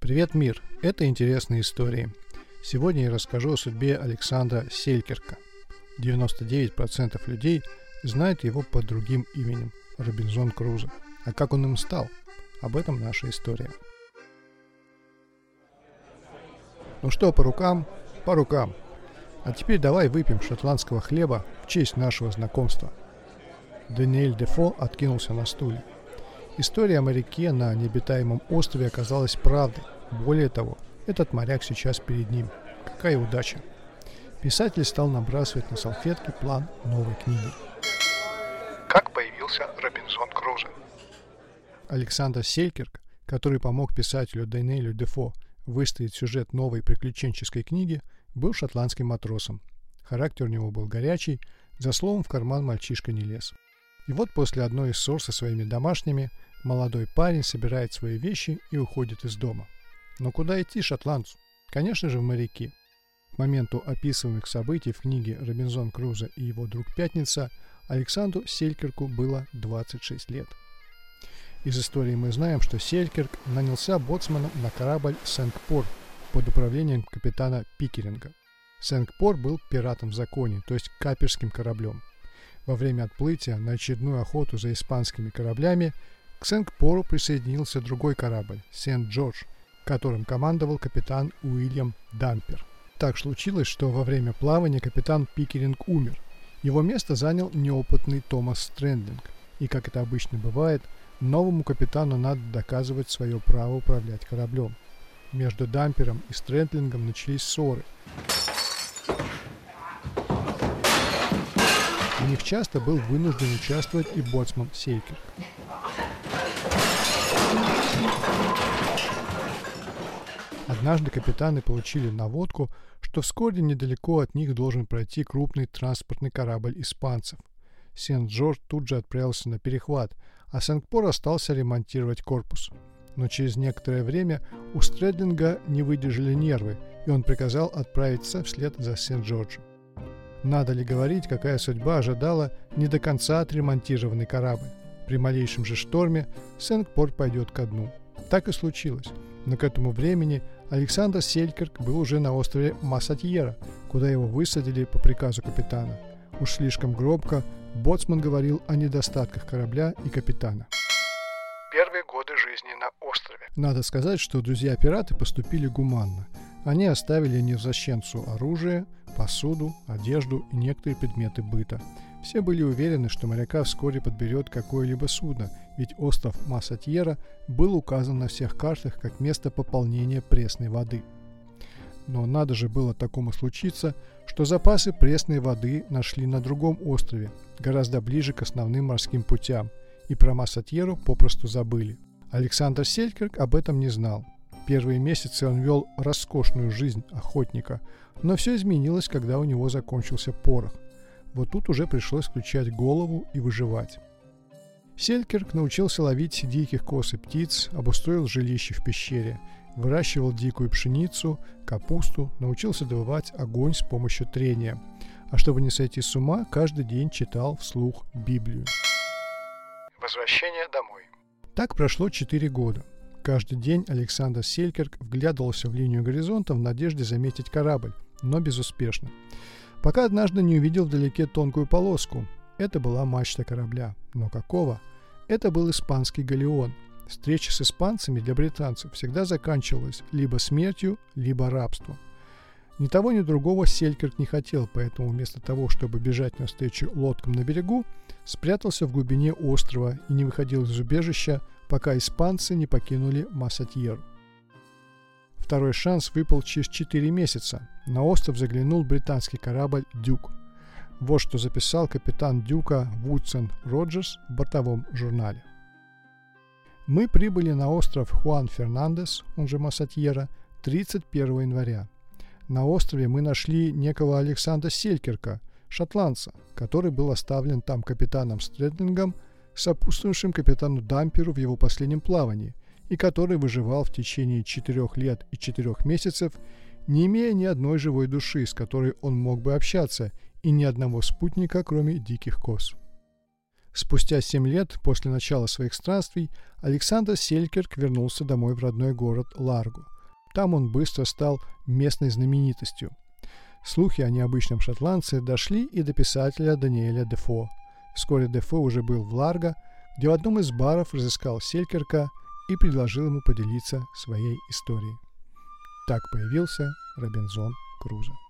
Привет, мир! Это интересные истории. Сегодня я расскажу о судьбе Александра Селькирка. 99% людей знают его под другим именем – Робинзон Крузо. А как он им стал? Об этом наша история. Ну что, по рукам? По рукам. А теперь давай выпьем шотландского хлеба в честь нашего знакомства. Даниэль Дефо откинулся на стуле. История о моряке на необитаемом острове оказалась правдой. Более того, этот моряк сейчас перед ним. Какая удача! Писатель стал набрасывать на салфетки план новой книги. Как появился Робинзон Крузо? Александр Селькирк, который помог писателю Даниэлю Дефо выстроить сюжет новой приключенческой книги, был шотландским матросом. Характер у него был горячий, за словом в карман мальчишка не лез. И вот после одной из ссор со своими домашними молодой парень собирает свои вещи и уходит из дома. Но куда идти шотландцу? Конечно же, в моряки. К моменту описываемых событий в книге «Робинзон Крузо и его друг Пятница» Александру Селькирку было 26 лет. Из истории мы знаем, что Селькирк нанялся боцманом на корабль «Синк-Пор» под управлением капитана Пикеринга. «Синк-Пор» был пиратом в законе, то есть каперским кораблем. Во время отплытия на очередную охоту за испанскими кораблями к Синк-Пору присоединился другой корабль «Сент-Джордж», которым командовал капитан Уильям Дампер. Так случилось, что во время плавания капитан Пикеринг умер. Его место занял неопытный Томас Стрэндлинг. И, как это обычно бывает, новому капитану надо доказывать свое право управлять кораблем. Между Дампером и Стрэндлингом начались ссоры. В них часто был вынужден участвовать и боцман Селькирк. Однажды капитаны получили наводку, что вскоре недалеко от них должен пройти крупный транспортный корабль испанцев. Сент-Джордж тут же отправился на перехват, а Синк-Пор остался ремонтировать корпус. Но через некоторое время у Стрэндлинга не выдержали нервы, и он приказал отправиться вслед за Сент-Джорджем. Надо ли говорить, какая судьба ожидала не до конца отремонтированный корабль? При малейшем же шторме Синк-Пор пойдет ко дну. Так и случилось. Но к этому времени Александр Селькирк был уже на острове Массатьера, куда его высадили по приказу капитана. Уж слишком громко боцман говорил о недостатках корабля и капитана. Первые годы жизни на острове. Надо сказать, что друзья-пираты поступили гуманно. Они оставили невзащенцу оружие, посуду, одежду и некоторые предметы быта. Все были уверены, что моряка вскоре подберет какое-либо судно, ведь остров Массатьера был указан на всех картах как место пополнения пресной воды. Но надо же было такому случиться, что запасы пресной воды нашли на другом острове, гораздо ближе к основным морским путям, и про Массатьеру попросту забыли. Александр Селькирк об этом не знал. Первые месяцы он вел роскошную жизнь охотника, но все изменилось, когда у него закончился порох. Вот тут уже пришлось включать голову и выживать. Селькирк научился ловить диких коз и птиц, обустроил жилище в пещере, выращивал дикую пшеницу, капусту, научился добывать огонь с помощью трения. А чтобы не сойти с ума, каждый день читал вслух Библию. Возвращение домой. Так прошло 4 года. Каждый день Александр Селькирк вглядывался в линию горизонта в надежде заметить корабль, но безуспешно. Пока однажды не увидел вдалеке тонкую полоску. Это была мачта корабля. Но какого? Это был испанский галеон. Встреча с испанцами для британцев всегда заканчивалась либо смертью, либо рабством. Ни того, ни другого Селькирк не хотел, поэтому вместо того, чтобы бежать навстречу лодкам на берегу, спрятался в глубине острова и не выходил из убежища, пока испанцы не покинули Массатьеру. Второй шанс выпал через 4 месяца. На остров заглянул британский корабль «Дюк». Вот что записал капитан «Дюка» Вудсон Роджерс в бортовом журнале. Мы прибыли на остров Хуан Фернандес, он же Массатьера, 31 января. На острове мы нашли некого Александра Селькирка, шотландца, который был оставлен там капитаном Стрэндлингом, сопутствовавшим капитану Дамперу в его последнем плавании, и который выживал в течение 4 лет и 4 месяцев, не имея ни одной живой души, с которой он мог бы общаться, и ни одного спутника, кроме диких коз. Спустя 7 лет после начала своих странствий Александр Селькирк вернулся домой в родной город Ларго. Там он быстро стал местной знаменитостью. Слухи о необычном шотландце дошли и до писателя Даниэля Дефо. Вскоре Дефо уже был в Ларго, где в одном из баров разыскал Селькирка и предложил ему поделиться своей историей. Так появился Робинзон Крузо.